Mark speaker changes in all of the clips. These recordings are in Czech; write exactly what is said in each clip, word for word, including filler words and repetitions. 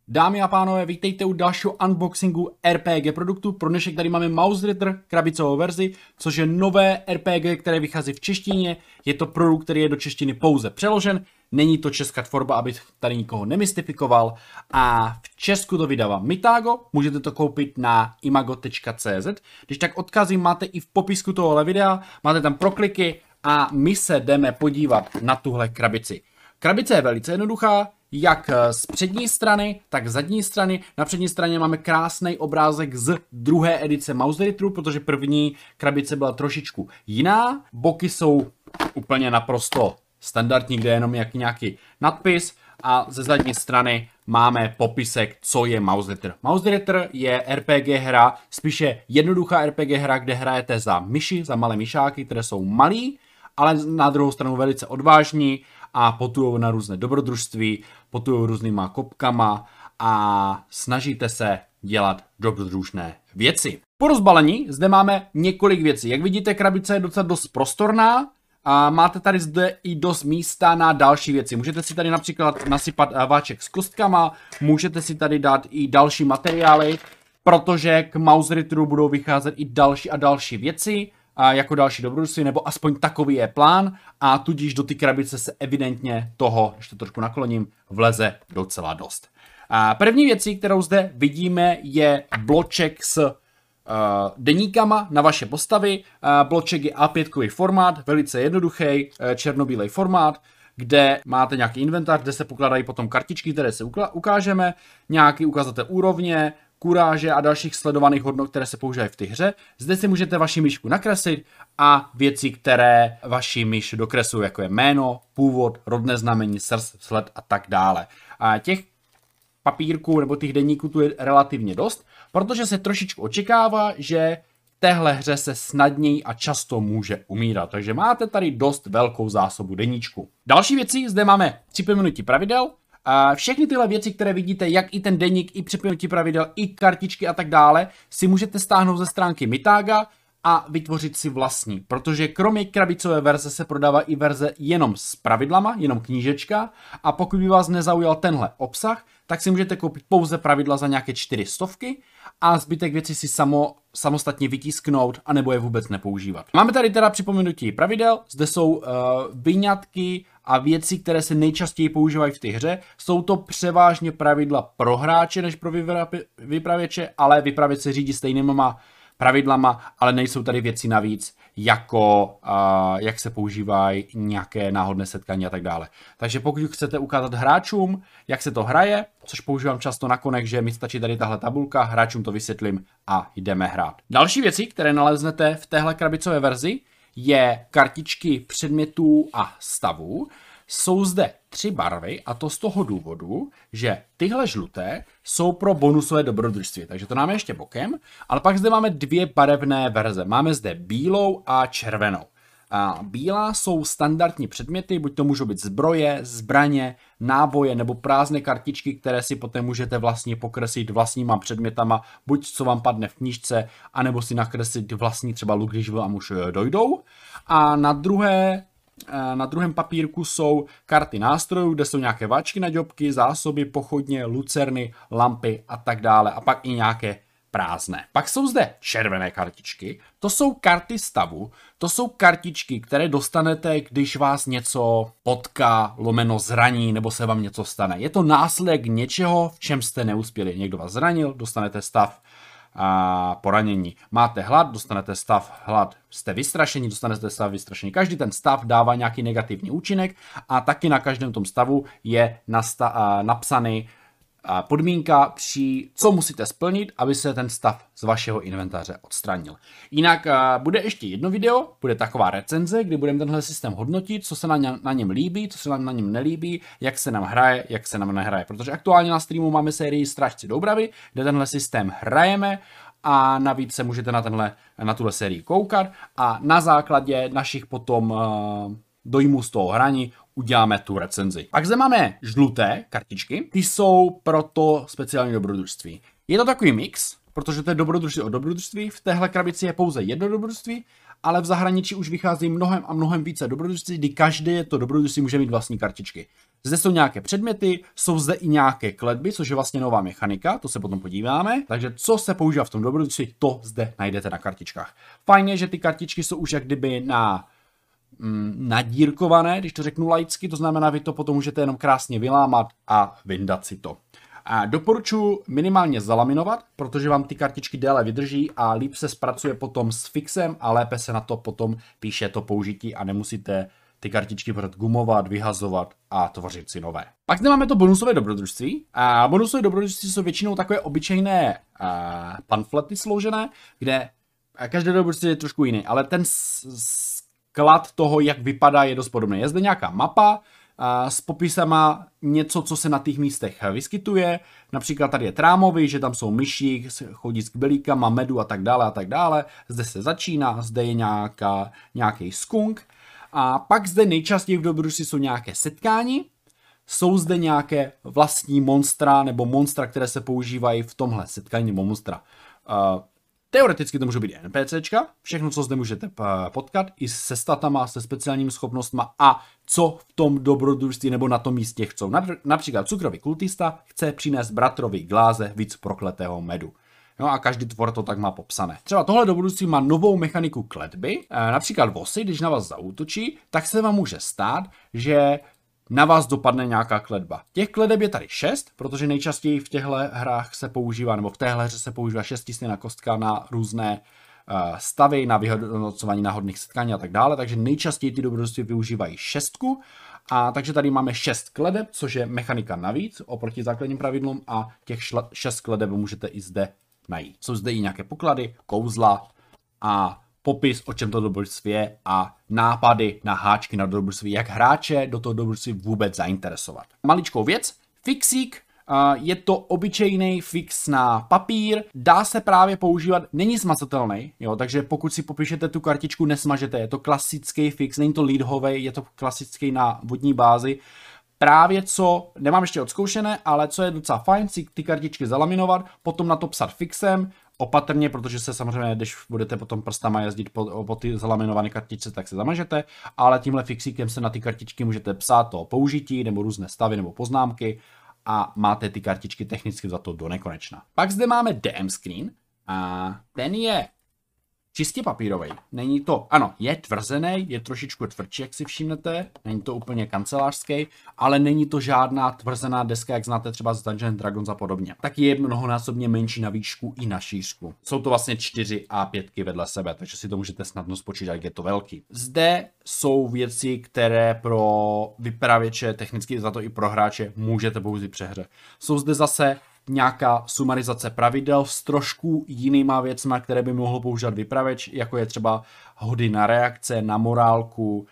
Speaker 1: Dámy a pánové, vítejte u dalšího unboxingu R P G produktu. Pro dnešek tady máme Mausritter krabicovou verzi, což je nové R P G, které vychází v češtině. Je to produkt, který je do češtiny pouze přeložen. Není to česká tvorba, aby tady nikoho nemystifikoval. A v Česku to vydává Mitago, můžete to koupit na imago tečka cé zet. Když tak odkazy máte i v popisku tohohle videa, máte tam prokliky a my se jdeme podívat na tuhle krabici. Krabice je velice jednoduchá, jak z přední strany, tak z zadní strany. Na přední straně máme krásný obrázek z druhé edice Mausritteru, protože první krabice byla trošičku jiná. Boky jsou úplně naprosto standardní, kde je jenom jak nějaký nadpis. A ze zadní strany máme popisek, co je Mausritter. Mausritter je R P G hra, spíše jednoduchá R P G hra, kde hrajete za myši, za malé myšáky, které jsou malí, ale na druhou stranu velice odvážní a putují na různé dobrodružství, putují různýma kopkama a snažíte se dělat dobrodružné věci. Po rozbalení zde máme několik věcí. Jak vidíte, krabice je docela dost prostorná a máte tady zde i dost místa na další věci. Můžete si tady například nasypat váček s kostkama, můžete si tady dát i další materiály, protože k Mausritteru budou vycházet i další a další věci, a jako další dobrodružství, nebo aspoň takový je plán a tudíž do ty krabice se evidentně toho, když to trošku nakloním, vleze docela dost. A první věcí, kterou zde vidíme, je bloček s uh, deníkama na vaše postavy. Uh, bloček je á pět formát, velice jednoduchý, uh, černobílej formát, kde máte nějaký inventář, kde se pokládají potom kartičky, které se ukážeme, nějaký ukazatel úrovně, kuráže a dalších sledovaných hodnot, které se používají v té hře. Zde si můžete vaši myšku nakreslit a věci, které vaši myš dokreslují, jako je jméno, původ, rodné znamení, srst, sled a tak dále. A těch papírků nebo těch deníků tu je relativně dost, protože se trošičku očekává, že v téhle hře se snadněji a často může umírat. Takže máte tady dost velkou zásobu deníčku. Další věci, zde máme připomenutí pravidel. A všechny tyhle věci, které vidíte, jak i ten deník, i připomenutí pravidel, i kartičky a tak dále, si můžete stáhnout ze stránky Mitaga a vytvořit si vlastní. Protože kromě krabicové verze se prodává i verze jenom s pravidlama, jenom knížečka. A pokud by vás nezaujal tenhle obsah, tak si můžete koupit pouze pravidla za nějaké čtyři stovky a zbytek věci si samo, samostatně vytisknout a nebo je vůbec nepoužívat. Máme tady teda připomenutí pravidel, zde jsou uh, vyňatky a věci, které se nejčastěji používají v té hře. Jsou to převážně pravidla pro hráče než pro vypravěče, ale vypravěč se řídí stejnýma pravidlama, ale nejsou tady věci navíc, jako uh, jak se používají nějaké náhodné setkání a tak dále. Takže pokud chcete ukázat hráčům, jak se to hraje, což používám často na konech, že mi stačí tady tahle tabulka, hráčům to vysvětlím a jdeme hrát. Další věci, které naleznete v téhle krabicové verzi, je kartičky předmětů a stavů. Jsou zde tři barvy a to z toho důvodu, že tyhle žluté jsou pro bonusové dobrodružství, takže to máme ještě bokem, ale pak zde máme dvě barevné verze. Máme zde bílou a červenou. A bílá jsou standardní předměty, buď to můžou být zbroje, zbraně, náboje nebo prázdné kartičky, které si potom můžete vlastně pokreslit vlastníma předmětama, buď co vám padne v knížce, anebo si nakreslit vlastní třeba luk, když vám už dojdou. A na druhé Na druhém papírku jsou karty nástrojů, kde jsou nějaké váčky na ďobky, zásoby, pochodně, lucerny, lampy a tak dále. A pak i nějaké prázdné. Pak jsou zde červené kartičky, to jsou karty stavu, to jsou kartičky, které dostanete, když vás něco potká, lomeno zraní, nebo se vám něco stane. Je to následek něčeho, v čem jste neuspěli. Někdo vás zranil, dostanete stav a poranění. Máte hlad, dostanete stav hlad, jste vystrašení, dostanete stav vystrašení. Každý ten stav dává nějaký negativní účinek a taky na každém tom stavu je napsaný podmínka, při co musíte splnit, aby se ten stav z vašeho inventáře odstranil. Jinak bude ještě jedno video, bude taková recenze, kdy budeme tenhle systém hodnotit, co se na, ně, na něm líbí, co se nám na něm nelíbí, jak se nám hraje, jak se nám nehraje. Protože aktuálně na streamu máme sérii Strážci Doubravy, kde tenhle systém hrajeme a navíc se můžete na, tenhle, na tuhle sérii koukat a na základě našich potom uh, dojmů z toho hraní uděláme tu recenzi. Pak zde máme žluté kartičky, ty jsou pro to speciální dobrodružství. Je to takový mix, protože to je dobrodružství o dobrodružství, v téhle krabici je pouze jedno dobrodružství ale v zahraničí už vychází mnohem a mnohem více dobrodružství, kdy každé to dobrodružství může mít vlastní kartičky. Zde jsou nějaké předměty, jsou zde i nějaké kletby, což je vlastně nová mechanika, to se potom podíváme. Takže co se používá v tom dobrodružství, to zde najdete na kartičkách. Fajn je, že ty kartičky jsou už jak kdyby na mm, nadírkované, když to řeknu laicky, to znamená, vy to potom můžete jenom krásně vylámat a vyndat si to. A doporučuji minimálně zalaminovat, protože vám ty kartičky déle vydrží a líp se zpracuje potom s fixem a lépe se na to potom píše to použití a nemusíte ty kartičky pořád gumovat, vyhazovat a tvořit si nové. Pak zde máme to bonusové dobrodružství. A bonusové dobrodružství jsou většinou takové obyčejné a, pamflety složené, kde každé dobrodružství je trošku jiný, ale ten sklad toho, jak vypadá, je dost podobný. Je zde nějaká mapa a, s popisama něco, co se na těch místech vyskytuje. Například tady je trámový, že tam jsou myši, chodí s kbelíkama, medu a tak dále a tak dále. Zde se začíná, zde je nějaká, nějaký skunk. A pak zde nejčastěji v dobrodružství jsou nějaké setkání, jsou zde nějaké vlastní monstra nebo monstra, které se používají v tomhle setkání nebo monstra. Uh, teoreticky to může být NPCčka, všechno, co zde můžete potkat, i se statama, se speciálními schopnostma a co v tom dobrodružství nebo na tom místě chcou. Například cukrový kultista chce přinést bratrovi gláze víc prokletého medu. No a každý tvor to tak má popsané. Třeba tohle dobrodružství má novou mechaniku kletby. E, například bossy, když na vás zaútočí, tak se vám může stát, že na vás dopadne nějaká kletba. Těch kleteb je tady šest, protože nejčastěji v těchto hrách se používá, nebo v téhle hře se používá šestistěná kostka na různé uh, stavy, na vyhodnocování náhodných setkání a tak dále, takže nejčastěji ty dobrodružství využívají šestku. A takže tady máme šest kleteb, což je mechanika navíc oproti základním pravidlům a těch šest kleteb můžete i zde najít. Jsou zde i nějaké poklady, kouzla a popis, o čem to dobrodružství je a nápady na háčky na dobrodružství, jak hráče do toho dobrodružství vůbec zainteresovat. Maličkou věc, fixík, je to obyčejný fix na papír, dá se právě používat, není smazatelný, jo, takže pokud si popíšete tu kartičku, nesmažete, je to klasický fix, není to leadhový, je to klasický na vodní bázi. Právě co, nemám ještě odzkoušené, ale co je docela fajn, si ty kartičky zalaminovat, potom na to psat fixem, opatrně, protože se samozřejmě, když budete potom prstama jezdit po, po ty zalaminované kartičce, tak se zamažete, ale tímhle fixíkem se na ty kartičky můžete psát to použití, nebo různé stavy, nebo poznámky a máte ty kartičky technicky za to do nekonečna. Pak zde máme D M screen a ten je čistě papírový. Není to, ano, je tvrzený, je trošičku tvrdší, jak si všimnete, není to úplně kancelářský, ale není to žádná tvrzená deska, jak znáte třeba z Dungeons and Dragons a podobně. Tak je mnohonásobně menší na výšku i na šířku. Jsou to vlastně čtyři A pět vedle sebe, takže si to můžete snadno spočítat, jak je to velký. Zde jsou věci, které pro vypravěče, technicky za to i pro hráče, můžete použít při hře. Jsou zde zase nějaká sumarizace pravidel s trošku jinýma věcma, které by mohl používat vypravěč, jako je třeba hody na reakce, na morálku,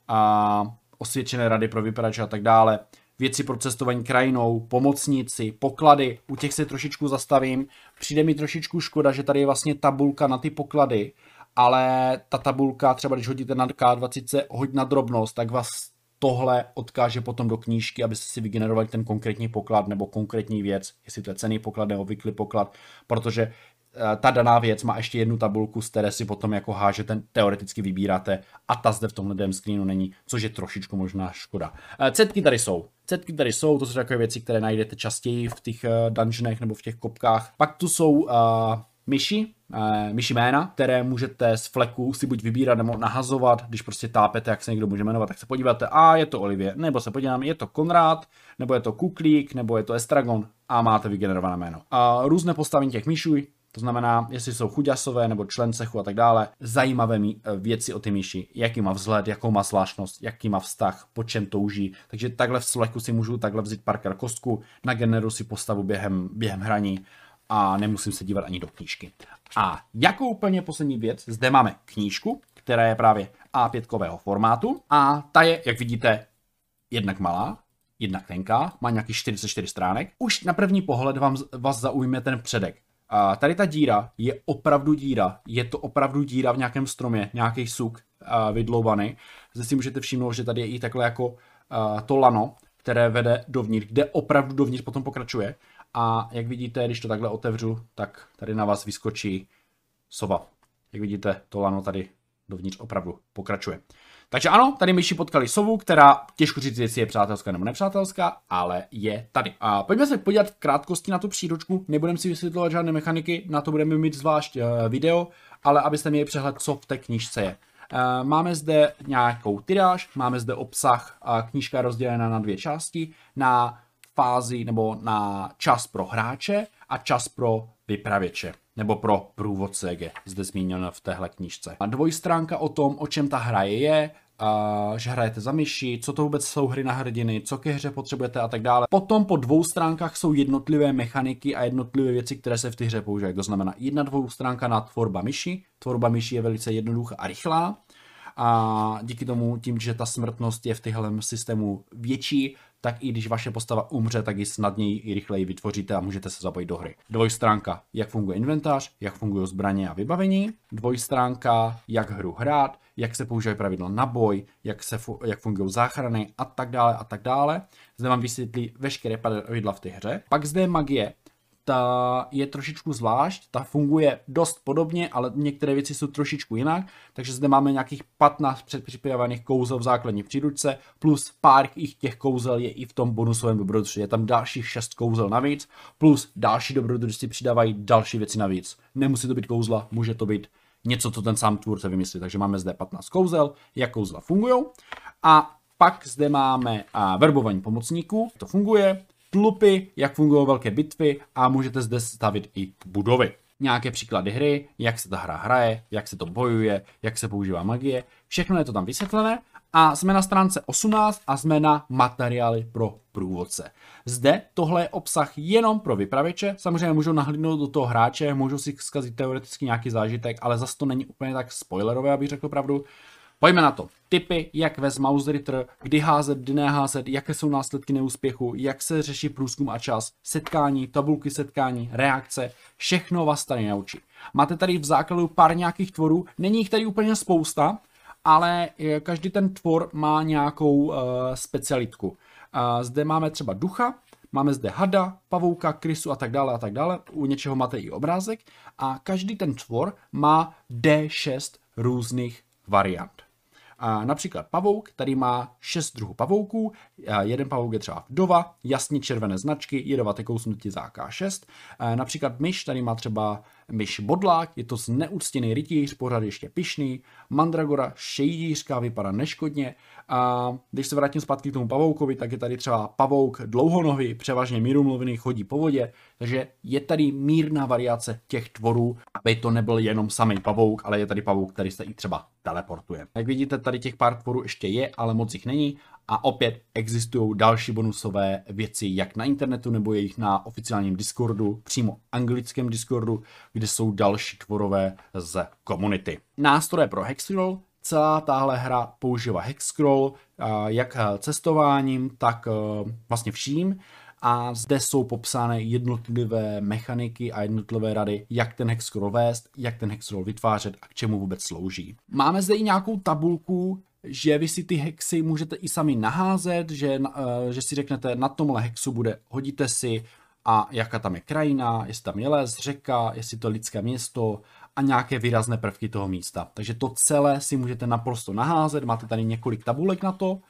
Speaker 1: a osvědčené rady pro vypravěče a tak dále. Věci pro cestování krajinou, pomocníci, poklady, u těch se trošičku zastavím. Přijde mi trošičku škoda, že tady je vlastně tabulka na ty poklady, ale ta tabulka, třeba když hodíte na K dvacet, hoď na drobnost, tak vás tohle odkáže potom do knížky, abyste si vygenerovali ten konkrétní poklad nebo konkrétní věc, jestli to je cenný poklad nebo obvyklý poklad, protože ta daná věc má ještě jednu tabulku, z které si potom jako hážete, teoreticky vybíráte a ta zde v tomhle D M screenu není, což je trošičku možná škoda. Cetky tady jsou. Cetky tady jsou, to jsou takové věci, které najdete častěji v těch dungeonech nebo v těch kopkách. Pak tu jsou uh, myši, uh, myši jména, které můžete z fleku si buď vybírat nebo nahazovat, když prostě tápete, jak se někdo může jmenovat, tak se podíváte, a je to Olivie, nebo se podíváme, je to Konrád, nebo je to Kuklík, nebo je to Estragon a máte vygenerované jméno. A různé postavení těch myšů, to znamená, jestli jsou chuďasové nebo člen cechu a tak dále, zajímavé věci o ty myši, jaký má vzhled, jakou má zvláštnost, jaký má vztah, po čem touží. Takže takhle v Slacku si můžu takhle vzít párkrát kostku, nageneruji si postavu během, během hraní a nemusím se dívat ani do knížky. A jako úplně poslední věc, zde máme knížku, která je právě A pět formátu a ta je, jak vidíte, jednak malá, jednak tenká, má nějakých čtyřicet čtyři stránek. Už na první pohled vám, vás zaujme ten předek. A tady ta díra je opravdu díra, je to opravdu díra v nějakém stromě, nějaký suk uh, vydloubaný. Zde si můžete všimnout, že tady je i takhle jako uh, to lano, které vede dovnitř, kde opravdu dovnitř potom pokračuje. A jak vidíte, když to takhle otevřu, tak tady na vás vyskočí sova. Jak vidíte, to lano tady dovnitř opravdu pokračuje. Takže ano, tady myši potkali sovu, která těžko říct, jestli je přátelská nebo nepřátelská, ale je tady. A pojďme se podívat v krátkosti na tu příručku, nebudeme si vysvětlovat žádné mechaniky, na to budeme mít zvlášť uh, video, ale abyste měli přehled, co v té knížce je. Uh, máme zde nějakou tiráž, máme zde obsah, a knížka je rozdělena na dvě části, na fázi nebo na čas pro hráče a čas pro vypravěče, nebo pro průvodce, jak je zde zmíněno v téhle knížce. A dvojstránka o tom, o čem ta hra je, a že hrajete za myši, co to vůbec jsou hry na hrdiny, co ke hře potřebujete a tak dále. Potom po dvou stránkách jsou jednotlivé mechaniky a jednotlivé věci, které se v té hře používají. To znamená jedna dvoustránka na tvorba myši. Tvorba myši je velice jednoduchá a rychlá. A díky tomu, tím, že ta smrtnost je v téhle systému větší, tak i když vaše postava umře, tak ji snadněji i rychleji vytvoříte a můžete se zapojit do hry. Dvojstránka, jak funguje inventář, jak fungují zbraně a vybavení. Dvojstránka, jak hru hrát, jak se používají pravidla na boj, jak, se fu- jak fungují záchrany a tak dále a tak dále. Zde vám vysvětlí veškeré pravidla v té hře. Pak zde je magie. Ta je trošičku zvlášť, ta funguje dost podobně, ale některé věci jsou trošičku jinak, takže zde máme nějakých patnáct předpřipravených kouzel v základní příručce, plus pár těch kouzel je i v tom bonusovém dobrodružství. Je tam dalších šest kouzel navíc, plus další dobrodružství přidávají další věci navíc. Nemusí to být kouzla, může to být něco, co ten sám tvůrce vymyslí. Takže máme zde patnáct kouzel, jak kouzla fungují. A pak zde máme a, verbování pomocníků, to funguje. Tlupy, jak fungují velké bitvy a můžete zde stavit i budovy. Nějaké příklady hry, jak se ta hra hraje, jak se to bojuje, jak se používá magie, všechno je to tam vysvětlené a jsme na stránce osmnáct a jsme na materiály pro průvodce. Zde tohle je obsah jenom pro vypravěče, samozřejmě můžou nahlídnout do toho hráče, můžou si zkazit teoreticky nějaký zážitek, ale zase to není úplně tak spoilerové, abych řekl pravdu. Pojďme na to. Tipy, jak vést Mouse Ritter, kdy házet, kdy neházet, jaké jsou následky neúspěchu, jak se řeší průzkum a čas, setkání, tabulky setkání, reakce, všechno vás tady naučí. Máte tady v základu pár nějakých tvorů, není jich tady úplně spousta, ale každý ten tvor má nějakou uh, specialitku. Uh, zde máme třeba ducha, máme zde hada, pavouka, krysu a tak dále a tak dále, u něčeho máte i obrázek a každý ten tvor má D šest různých variant. A například pavouk, tady má šest druhů pavouků, jeden pavouk je třeba vdova, jasně červené značky, jedovaté kousnutí za K šest. A například myš, tady má třeba myš bodlák, je to zneúctěný rytíř, pořád ještě pyšný, mandragora šejdířka, vypadá neškodně. A když se vrátím zpátky k tomu pavoukovi, tak je tady třeba pavouk dlouhonohý, převážně mírumluvný, chodí po vodě, takže je tady mírná variace těch tvorů, aby to nebyl jenom samý pavouk, ale je tady pavouk, který se i třeba teleportuje. Jak vidíte, tady těch pár tvorů ještě je, ale moc jich není. A opět existují další bonusové věci, jak na internetu, nebo je jich na oficiálním Discordu, přímo anglickém Discordu, kde jsou další tvorové z komunity. Nástroje pro Hexcrawl. Celá tahle hra používá Hexcrawl, jak cestováním, tak vlastně vším. A zde jsou popsány jednotlivé mechaniky a jednotlivé rady, jak ten Hexcrawl vést, jak ten Hexcrawl vytvářet a k čemu vůbec slouží. Máme zde i nějakou tabulku, že vy si ty hexy můžete i sami naházet, že, že si řeknete, na tomhle hexu bude, hodíte si a jaká tam je krajina, jestli tam je les, řeka, jestli to je lidské město a nějaké výrazné prvky toho místa. Takže to celé si můžete naprosto naházet, máte tady několik tabulek na to,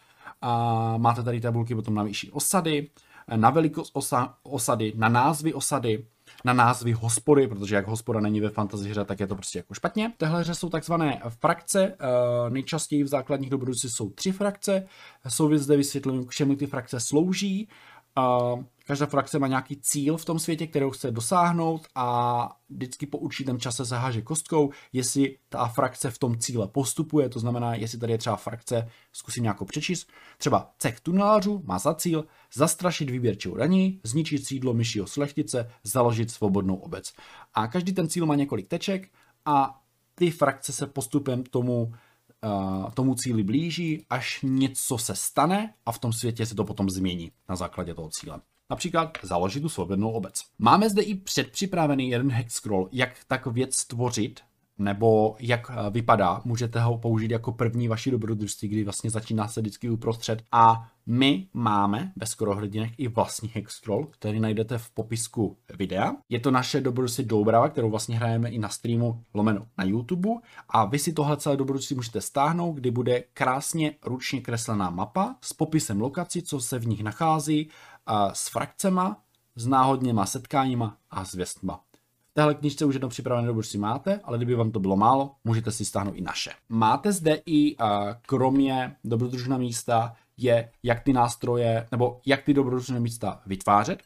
Speaker 1: a máte tady tabulky potom na výši osady, na velikost osa, osady, na názvy osady, na názvy hospody, protože jak hospoda není ve fantasy hře, tak je to prostě jako špatně. V téhle hře jsou takzvané frakce, nejčastěji v základních dobrodružstvích jsou tři frakce, jsou zde vysvětleny, k čemu ty frakce slouží. Každá frakce má nějaký cíl v tom světě, kterou chce dosáhnout a vždycky po určitém čase se háže kostkou, jestli ta frakce v tom cíle postupuje, to znamená, jestli tady je třeba frakce, zkusím nějakou přečíst, třeba cech tunelářů má za cíl zastrašit výběrčího daní, zničit sídlo myšího šlechtice, založit svobodnou obec. A každý ten cíl má několik teček a ty frakce se postupem tomu Uh, tomu cíli blíží, až něco se stane a v tom světě se to potom změní na základě toho cíle. Například založit tu svobodnou obec. Máme zde i předpřipravený jeden Hexcrawl, jak tak věc stvořit, nebo jak vypadá, můžete ho použít jako první vaši dobrodružství, kdy vlastně začíná se vždycky uprostřed. A my máme ve Skorohrdinech i vlastní hexcrawl, který najdete v popisku videa. Je to naše dobrodružství Doubrava, kterou vlastně hrajeme i na streamu lomeno na YouTube. A vy si tohle celé dobrodružství můžete stáhnout, kdy bude krásně ručně kreslená mapa s popisem lokací, co se v nich nachází, a s frakcema, s náhodněma setkáníma a s věstma. V téhle knižce už jedno připravené dobrodružství máte, ale kdyby vám to bylo málo, můžete si stáhnout i naše. Máte zde i uh, kromě dobrodružná místa je, jak ty nástroje, nebo jak ty dobrodružné místa vytvářet.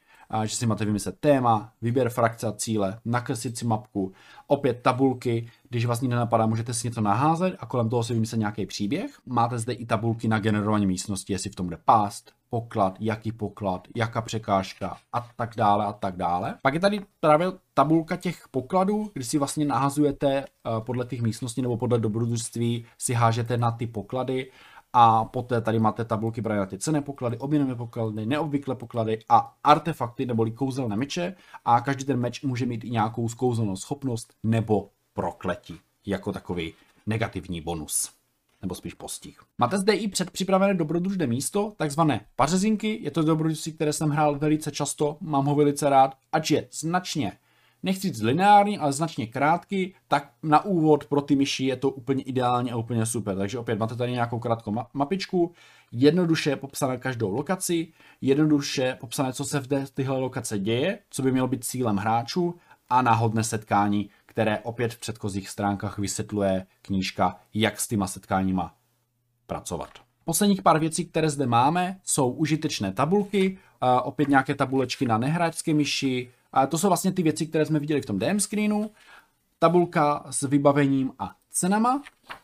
Speaker 1: A že si máte vymyslet téma, výběr frakce a cíle, nakreslit si mapku, opět tabulky, když vás nic nenapadá, můžete si něco naházet a kolem toho si vymyslet nějaký příběh. Máte zde i tabulky na generování místnosti, jestli v tom bude pást, poklad, jaký poklad, jaká překážka a tak dále a tak dále. Pak je tady právě tabulka těch pokladů, kdy si vlastně nahazujete uh, podle těch místností nebo podle dobrodružství si hážete na ty poklady. A poté tady máte tabulky právě na ty cenné poklady, obměnové poklady, neobvyklé poklady a artefakty neboli kouzelné meče. A každý ten meč může mít i nějakou skouzelnou schopnost nebo prokletí jako takový negativní bonus. Nebo spíš postih. Máte zde i předpřipravené dobrodružné místo, takzvané pařezinky. Je to dobrodružství, které jsem hrál velice často, mám ho velice rád, ač je značně, nechci říct lineární, ale značně krátký, tak na úvod pro ty myši je to úplně ideální a úplně super. Takže opět máte tady nějakou krátkou mapičku, jednoduše popsané každou lokaci, jednoduše popsané, co se v téhle lokace děje, co by mělo být cílem hráčů a náhodné setkání, které opět v předchozích stránkách vysvětluje knížka, jak s těma setkáníma pracovat. Posledních pár věcí, které zde máme, jsou užitečné tabulky, opět nějaké tabulečky na nehráčské myši. A to jsou vlastně ty věci, které jsme viděli v tom D M screenu. Tabulka s vybavením a cenama.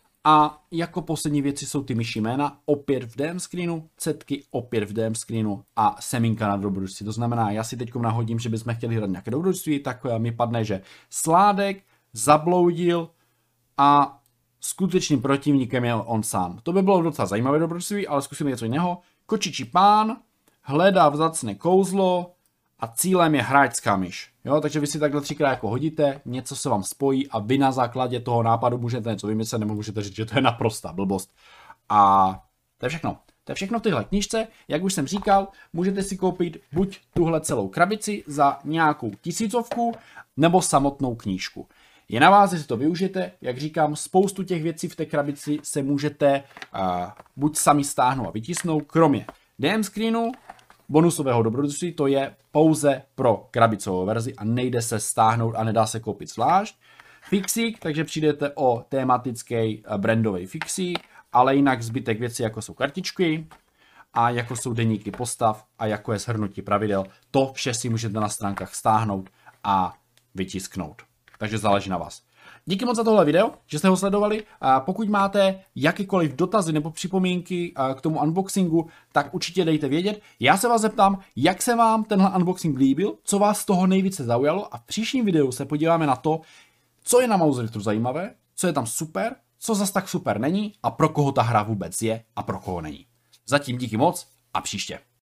Speaker 1: A jako poslední věci jsou ty myši jména, opět v D M screenu, cetky opět v D M screenu a semínka na dobrodružství. To znamená, já si teď nahodím, že bychom chtěli hrát nějaké dobrodružství, tak mi padne, že Sládek zabloudil a skutečným protivníkem je on sám. To by bylo docela zajímavé dobrodružství, ale zkusíme něco jiného. Kočičí pán hledá vzácné kouzlo a cílem je hráčská myš. Jo, takže vy si takhle třikrát jako hodíte, něco se vám spojí a vy na základě toho nápadu můžete něco vymyslet, nebo můžete říct, že to je naprostá blbost. A to je všechno. To je všechno v téhle knížce. Jak už jsem říkal, můžete si koupit buď tuhle celou krabici za nějakou tisícovku, nebo samotnou knížku. Je na vás, jestli to využijete. Jak říkám, spoustu těch věcí v té krabici se můžete uh, buď sami stáhnout a vytisknout, kromě D M screenu, bonusového dobrodružství, to je pouze pro krabicovou verzi a nejde se stáhnout a nedá se koupit zvlášť. Fixík, takže přijdete o tematický brandový fixík, ale jinak zbytek věcí, jako jsou kartičky a jako jsou deníky postav a jako je shrnutí pravidel, to vše si můžete na stránkách stáhnout a vytisknout. Takže záleží na vás. Díky moc za tohle video, že jste ho sledovali. A pokud máte jakýkoliv dotazy nebo připomínky k tomu unboxingu, tak určitě dejte vědět. Já se vás zeptám, jak se vám tenhle unboxing líbil, co vás z toho nejvíce zaujalo a v příštím videu se podíváme na to, co je na Mouseretru zajímavé, co je tam super, co zas tak super není a pro koho ta hra vůbec je a pro koho není. Zatím díky moc a příště.